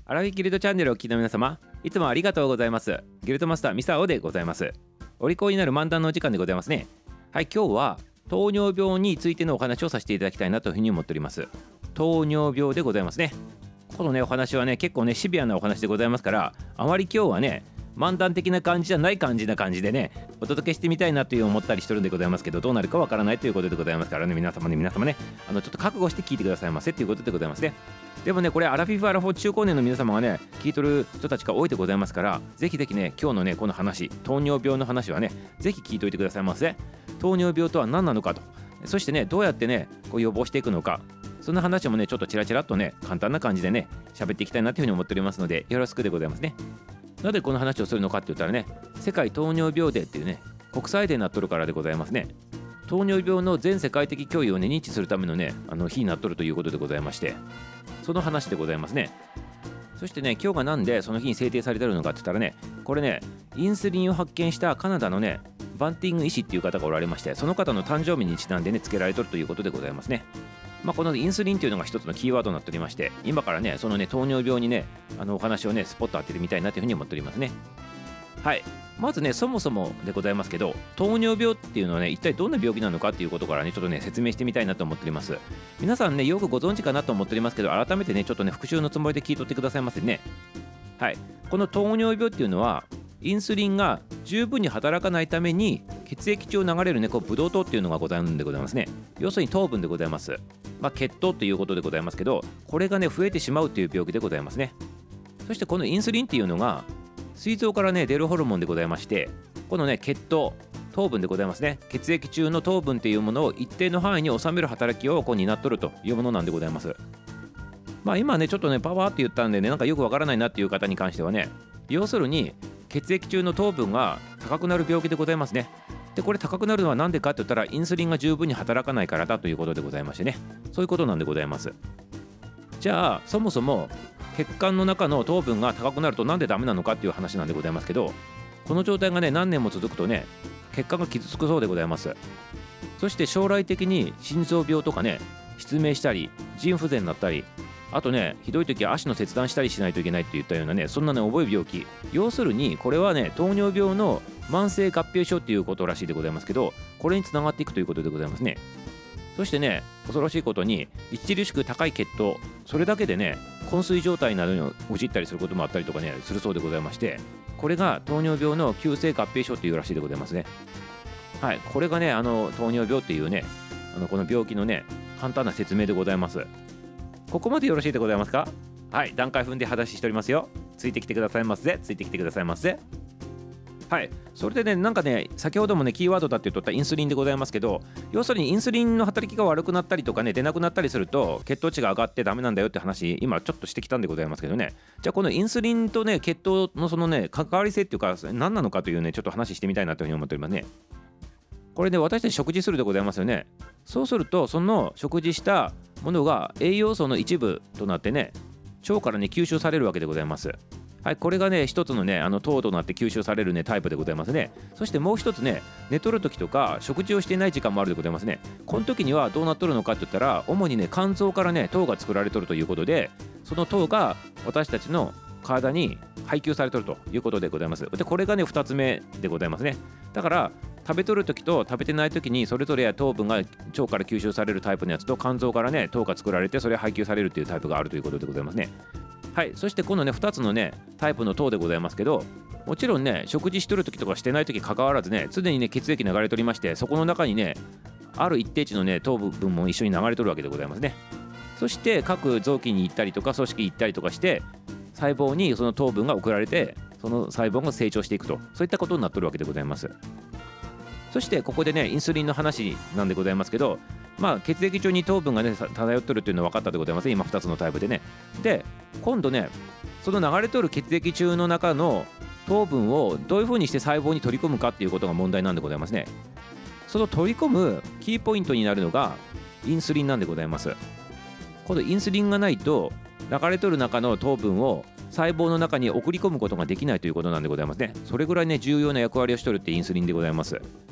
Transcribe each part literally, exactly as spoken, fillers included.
アラフィギルドチャンネルをお聞きの皆様、いつもありがとうございます。ギルドマスターミサオでございます。お利口になる漫談のお時間でございますね。はい、今日は糖尿病についてのお話をさせていただきたいなというふうに思っております。糖尿病でございますね。このねお話はね結構ねシビアなお話でございますから、あまり今日はね漫談的な感じじゃない感じな感じでねお届けしてみたいなという思ったりしてるんでございますけど、どうなるかわからないということでございますからね、皆様ね皆様ねあのちょっと覚悟して聞いてくださいませということでございますね。でもねこれアラフィフアラフォー中高年の皆様がね聞いとる人たちが多いでございますから、ぜひぜひね今日のねこの話、糖尿病の話はねぜひ聞いといてくださいませ。糖尿病とは何なのかと、そしてねどうやってねこう予防していくのか、そんな話もねちょっとチラチラっとね簡単な感じでね喋っていきたいなというふうに思っておりますので、よろしくでございますね。なぜこの話をするのかって言ったらね、世界糖尿病デーっていうね国際デーになっとるからでございますね。糖尿病の全世界的脅威をね認知するためのねあの日になっとるということでございまして、その話でございますね。そしてね今日がなんでその日に制定されてるのかって言ったらね、これねインスリンを発見したカナダのねバンティング医師っていう方がおられまして、その方の誕生日にちなんでね付けられとるということでございますね。まあ、このインスリンっていうのが一つのキーワードになっておりまして、今からねそのね糖尿病にねあのお話をねスポット当ててみたいなというふうに思っておりますね。はい、まずねそもそもでございますけど、糖尿病っていうのはね一体どんな病気なのかっていうことからねちょっとね説明してみたいなと思っております。皆さんねよくご存知かなと思っておりますけど、改めてねちょっとね復習のつもりで聞いとってくださいませね。はい、この糖尿病っていうのはインスリンが十分に働かないために血液中を流れるねこうブドウ糖っていうのがございるんでございますね。要するに糖分でございます。まあ、血糖ということでございますけど、これがね増えてしまうという病気でございますね。そしてこのインスリンっていうのが膵臓からね出るホルモンでございまして、このね血糖糖分でございますね。血液中の糖分っていうものを一定の範囲に収める働きをこう担っとるというものなんでございます。まあ今ねちょっとねパワーって言ったんでねなんかよくわからないなっていう方に関してはね、要するに血液中の糖分が高くなる病気でございますね。でこれ高くなるのは何でかって言ったら、インスリンが十分に働かないからだということでございましてね、そういうことなんでございます。じゃあそもそも血管の中の糖分が高くなるとなんでダメなのかっていう話なんでございますけど、この状態がね何年も続くとね血管が傷つくそうでございます。そして将来的に心臓病とかね失明したり腎不全になったり、あとねひどい時は足の切断したりしないといけないっていったようなねそんなね重い病気、要するにこれはね糖尿病の慢性合併症っていうことらしいでございますけど、これにつながっていくということでございますね。そしてね恐ろしいことに著しく高い血糖、それだけでね昏睡状態などに陥ったりすることもあったりとかねするそうでございまして、これが糖尿病の急性合併症っていうらしいでございますね。はい、これがねあの糖尿病っていうねあのこの病気のね簡単な説明でございます。ここまでよろしいでございますか？はい、段階踏んで話しておりますよ。ついてきてくださいませ。ついてきてくださいませ。はい、それでねなんかね先ほどもねキーワードだって言っとったインスリンでございますけど、要するにインスリンの働きが悪くなったりとかね出なくなったりすると血糖値が上がってダメなんだよって話今ちょっとしてきたんでございますけどね、じゃあこのインスリンとね血糖のそのね関わり性っていうか何なのかというねちょっと話してみたいなというふうに思っておりますね。これね私たち食事するでございますよね。そうするとその食事したものが栄養素の一部となってね腸からね吸収されるわけでございます。はい、これがね一つのねあの糖となって吸収されるねタイプでございますね。そしてもう一つね寝とる時とか食事をしていない時間もあるでございますね。この時にはどうなっとるのかって言ったら、主にね肝臓からね糖が作られとるということで、その糖が私たちの体に配給されとるということでございます。でこれがねふたつめでございますね。だから食べとる時と食べてない時にそれぞれ糖分が腸から吸収されるタイプのやつと、肝臓からね糖が作られてそれが配給されるっていうタイプがあるということでございますね。はい、そしてこのねふたつのねタイプの糖でございますけど、もちろんね食事しとる時とかしてない時関わらずね常にね血液流れとりまして、そこの中にねある一定値のね糖分も一緒に流れとるわけでございますね。そして各臓器に行ったりとか組織に行ったりとかして細胞にその糖分が送られて、その細胞が成長していくと、そういったことになっとるわけでございます。そしてここでねインスリンの話なんでございますけど、まあ血液中に糖分がね漂ってるっていうのは分かったでございます。今ふたつのタイプでね。で今度ねその流れとる血液中の中の糖分をどういうふうにして細胞に取り込むかっていうことが問題なんでございますね。その取り込むキーポイントになるのがインスリンなんでございます。このインスリンがないと流れとる中の糖分を細胞の中に送り込むことができないということなんでございますね。それぐらいね重要な役割をしとるってインスリンでございます。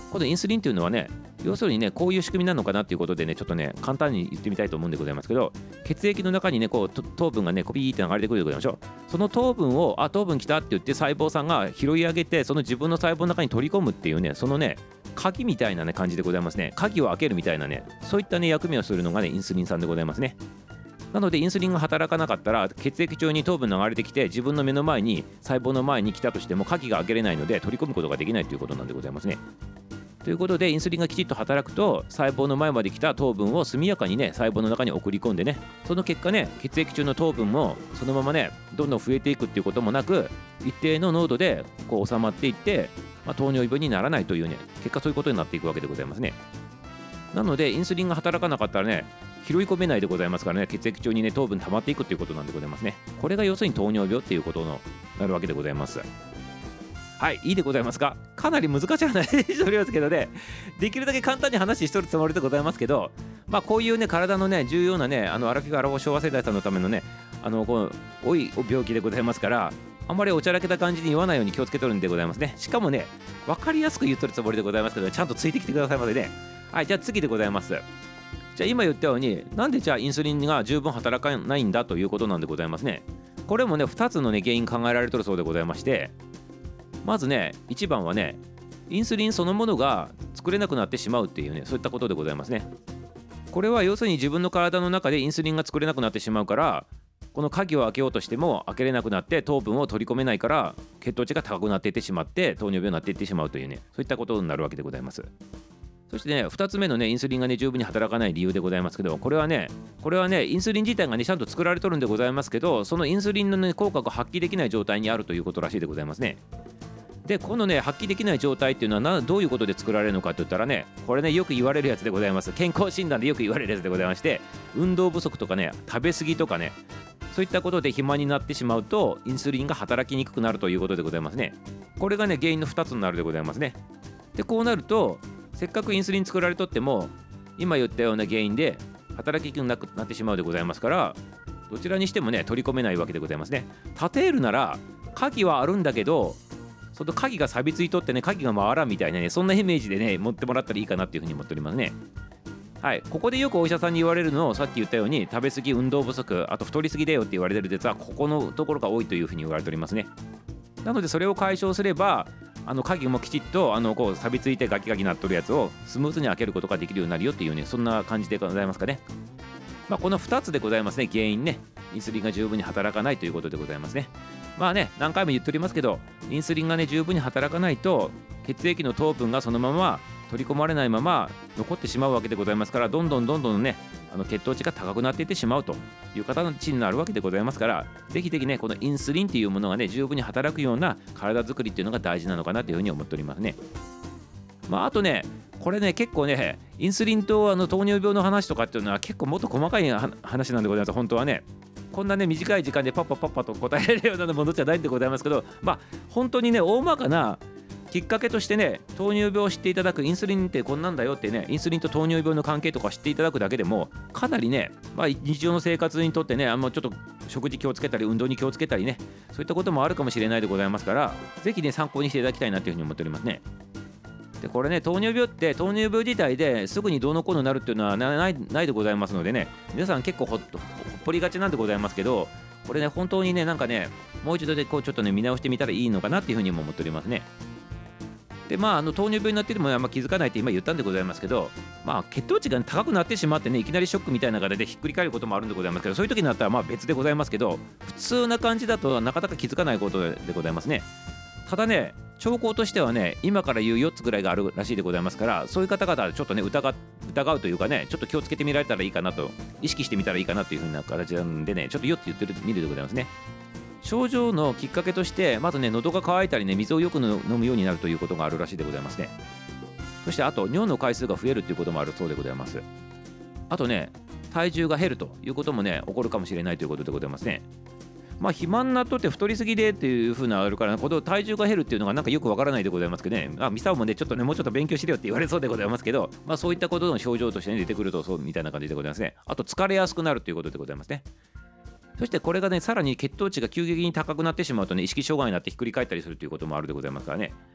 このインスリンっていうのはね、要するにね、こういう仕組みなのかなっていうことでね、ちょっとね、簡単に言ってみたいと思うんでございますけど、血液の中にね、こうと糖分がね、こうピーって流れてくるでございましょう。その糖分を、あ、糖分来たって言って細胞さんが拾い上げて、その自分の細胞の中に取り込むっていうね、そのね、鍵みたいな、ね、感じでございますね。鍵を開けるみたいなね、そういったね、役目をするのがね、インスリン酸でございますね。なのでインスリンが働かなかったら血液中に糖分流れてきて自分の目の前に細胞の前に来たとしても鍵が開けれないので取り込むことができないということなんでございますね。ということでインスリンがきちっと働くと細胞の前まで来た糖分を速やかにね細胞の中に送り込んでね、その結果ね血液中の糖分もそのままねどんどん増えていくっていうこともなく一定の濃度でこう収まっていって、まあ、糖尿病にならないというね結果そういうことになっていくわけでございますね。なのでインスリンが働かなかったらね拾い込めないでございますからね、血液中にね糖分溜まっていくということなんでございますね。これが要するに糖尿病っていうことになるわけでございます。はい、いいでございますか。かなり難しい話しておりますけどね、できるだけ簡単に話しとるつもりでございますけど、まあこういうね体のね重要なねあのアラフィフアラフォー昭和世代さんのためのねあのこう多い病気でございますから、あんまりおちゃらけた感じに言わないように気をつけとるんでございますね。しかもね分かりやすく言っとるつもりでございますけど、ちゃんとついてきてくださいまでね。はい、じゃあ次でございます。じゃあ今言ったようになんでじゃあインスリンが十分働かないんだということなんでございますね。これもねふたつのね原因考えられとるそうでございまして、まずねいちばんはねインスリンそのものが作れなくなってしまうっていうねそういったことでございますね。これは要するに自分の体の中でインスリンが作れなくなってしまうから、この鍵を開けようとしても開けれなくなって糖分を取り込めないから血糖値が高くなっていってしまって糖尿病になっていってしまうというねそういったことになるわけでございます。そしてねふたつめのねインスリンがね十分に働かない理由でございますけど、これはねこれはねインスリン自体がねちゃんと作られとるんでございますけど、そのインスリンのね効果が発揮できない状態にあるということらしいでございますね。でこのね発揮できない状態っていうのはなどういうことで作られるのかって言ったらね、これねよく言われるやつでございます。健康診断でよく言われるやつでございまして、運動不足とかね食べ過ぎとかねそういったことで肥満になってしまうとインスリンが働きにくくなるということでございますね。これがね原因のふたつになるでございますね。でこうなるとせっかくインスリン作られとっても今言ったような原因で働きにくくなくなってしまうでございますから、どちらにしてもね取り込めないわけでございますね。例えるなら鍵はあるんだけどその鍵が錆びついとってね鍵が回らんみたいなねそんなイメージでね持ってもらったらいいかなっていうふうに思っておりますね。はい、ここでよくお医者さんに言われるのをさっき言ったように食べ過ぎ運動不足あと太りすぎだよって言われてる実はここのところが多いというふうに言われておりますね。なのでそれを解消すればあの鍵もきちっとあのこう錆びついてガキガキなっとるやつをスムーズに開けることができるようになるよっていうねそんな感じでございますかね。まあこのふたつでございますね原因ね。インスリンが十分に働かないということでございますね。まあね何回も言っておりますけどインスリンがね十分に働かないと血液の糖分がそのまま取り込まれないまま残ってしまうわけでございますから、どんどんどんどんねあの血糖値が高くなっていってしまうという形になるわけでございますから、ぜひぜひねこのインスリンっていうものがね十分に働くような体作りっていうのが大事なのかなというふうに思っておりますね。まああとねこれね結構ねインスリンとあの糖尿病の話とかっていうのは結構もっと細かい話なんでございます。本当はねこんなね短い時間でパッパパッパと答えられるようなものじゃないんでございますけど、まあ本当にね大まかなきっかけとしてね糖尿病を知っていただく、インスリンってこんなんだよってねインスリンと糖尿病の関係とか知っていただくだけでもかなりね、まあ、日常の生活にとってねあんまちょっと食事気をつけたり運動に気をつけたりねそういったこともあるかもしれないでございますから、ぜひね参考にしていただきたいなというふうに思っておりますね。でこれね糖尿病って糖尿病自体ですぐにどうのこうのなるっていうのはないないでございますのでね、皆さん結構ほっほっぽりがちなんでございますけど、これね本当にねなんかねもう一度でこうちょっとね見直してみたらいいのかなっていうふうにも思っておりますね。でまああの糖尿病になっててもあんま気づかないって今言ったんでございますけど、まあ血糖値が高くなってしまってねいきなりショックみたいな形でひっくり返ることもあるんでございますけど、そういう時になったらまあ別でございますけど、普通な感じだとなかなか気づかないことでございますね。ただね兆候としてはね今から言うよっつぐらいがあるらしいでございますから、そういう方々はちょっとね疑疑うというかねちょっと気をつけてみられたらいいかなと、意識してみたらいいかなというふうな形なんでねちょっとよって言ってるみるでございますね。症状のきっかけとしてまずね喉が渇いたりね水をよく飲むようになるということがあるらしいでございますね。そしてあと尿の回数が増えるということもあるそうでございます。あとね体重が減るということもね起こるかもしれないということでございますね。まあ肥満になっとって太りすぎでっていう風なあるから、この体重が減るっていうのがなんかよくわからないでございますけどね、あミサオもねちょっとねもうちょっと勉強しろよって言われそうでございますけど、まあそういったことの症状として、ね、出てくるとそうみたいな感じでございますね。あと疲れやすくなるということでございますね。そしてこれがねさらに血糖値が急激に高くなってしまうとね意識障害になってひっくり返ったりするということもあるでございますからね。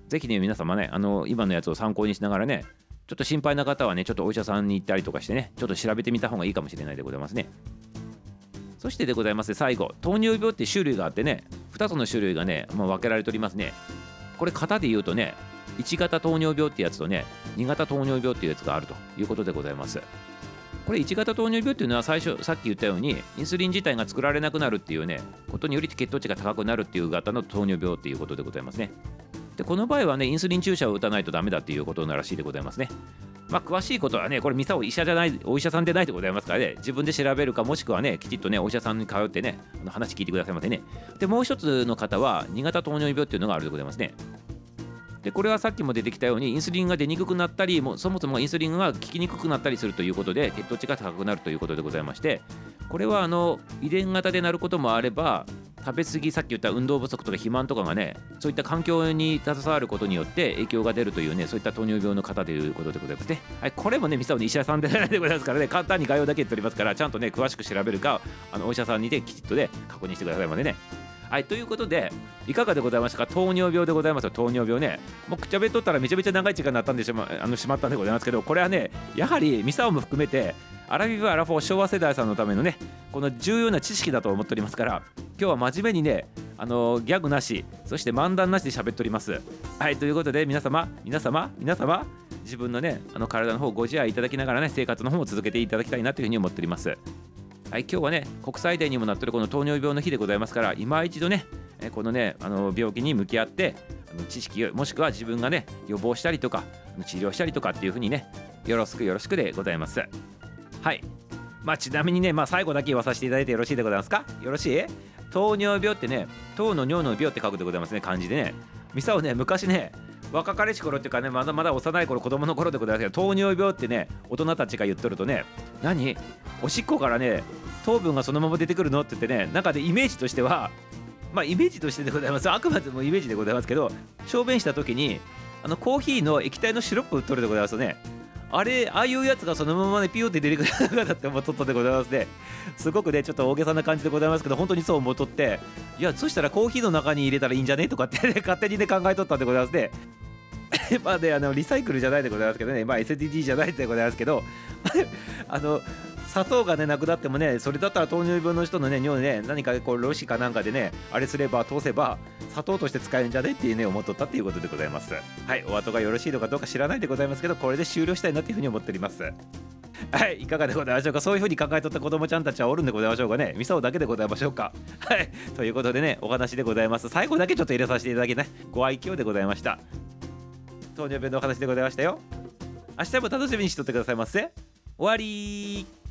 ぜひね皆様ねあの今のやつを参考にしながらね、ちょっと心配な方はねちょっとお医者さんに行ったりとかしてね、ちょっと調べてみた方がいいかもしれないでございますね。そしてでございますね、最後糖尿病って種類があってね、ふたつの種類がね、まあ、分けられておりますね。これ型で言うとね、いち型糖尿病ってやつとねに型糖尿病っていうやつがあるということでございます。これいち型糖尿病っていうのは最初さっき言ったようにインスリン自体が作られなくなるっていうねことにより血糖値が高くなるっていう型の糖尿病っていうことでございますね。でこの場合はねインスリン注射を打たないとダメだっていうことならしいでございますね。まあ詳しいことはねこれミサオ医者じゃないお医者さんでないでございますからね、自分で調べるかもしくはねきちっとねお医者さんに通ってねあの話聞いてくださいませね。でもう一つの方はに型糖尿病っていうのがあるでございますね。でこれはさっきも出てきたようにインスリンが出にくくなったりもそもそもインスリンが効きにくくなったりするということで血糖値が高くなるということでございまして、これはあの遺伝型でなることもあれば食べ過ぎ、さっき言った運動不足とか肥満とかがねそういった環境に携わることによって影響が出るというねそういった糖尿病の方ということでございますね。はい、これもねミサオの医者さんでないでございますからね、簡単に概要だけ言っておりますからちゃんとね詳しく調べるかあのお医者さんにてきちっとね確認してくださいまでね。はい、ということでいかがでございましたか。糖尿病でございますよ。糖尿病ねもうくちゃべっとったらめちゃめちゃ長い時間になったんでしまあのしまったんでございますけど、これはねやはりミサオも含めてアラフィフアラフォー昭和世代さんのためのねこの重要な知識だと思っておりますから、今日は真面目にねあのギャグなしそして漫談なしで喋っております。はい、ということで皆様皆様皆様自分のねあの体の方ご自愛いただきながらね生活の方も続けていただきたいなというふうに思っております。はい、今日はね国際デーにもなっているこの糖尿病の日でございますから、今一度ねこのねあの病気に向き合ってあの知識をもしくは自分がね予防したりとか治療したりとかっていう風にねよろしくよろしくでございます。はい、まあちなみにねまあ最後だけ言わさせていただいてよろしいでございますか。よろしい。糖尿病ってね糖の尿の病って書くでございますね、漢字でね。ミサオね昔ね若かりし頃っていうかねまだまだ幼い頃子供の頃でございますけど、糖尿病ってね大人たちが言っとるとね何おしっこからね糖分がそのまま出てくるのって言ってね、中でイメージとしてはまあイメージとしてでございます。あくまでもイメージでございますけど、小便した時にあのコーヒーの液体のシロップ売っとるでございますよね。あれああいうやつがそのままねピヨって出てくるのかなって思っとったでございますね。すごくねちょっと大げさな感じでございますけど本当にそう思っとって、いやそしたらコーヒーの中に入れたらいいんじゃねとかって、ね、勝手にね考えとったんでございますね。まあねあのリサイクルじゃないでございますけどね、まあ エスディージー じゃないでございますけどあの砂糖がねなくなってもねそれだったら糖尿病の人のね尿ね何かこうロシかなんかでねあれすれば通せば砂糖として使えるんじゃねっていうね思っとったっていうことでございます。はい、お後がよろしいのかどうか知らないでございますけどこれで終了したいなっていうふうに思っております。はい、いかがでございましょうか。そういうふうに考えとった子供ちゃんたちはおるんでございましょうかね。ミサオだけでございましょうか。はいということでねお話でございます。最後だけちょっと入れさせていただきねご愛嬌でございました。糖尿病のお話でございましたよ。明日も楽しみにしとってくださいませ。終わり。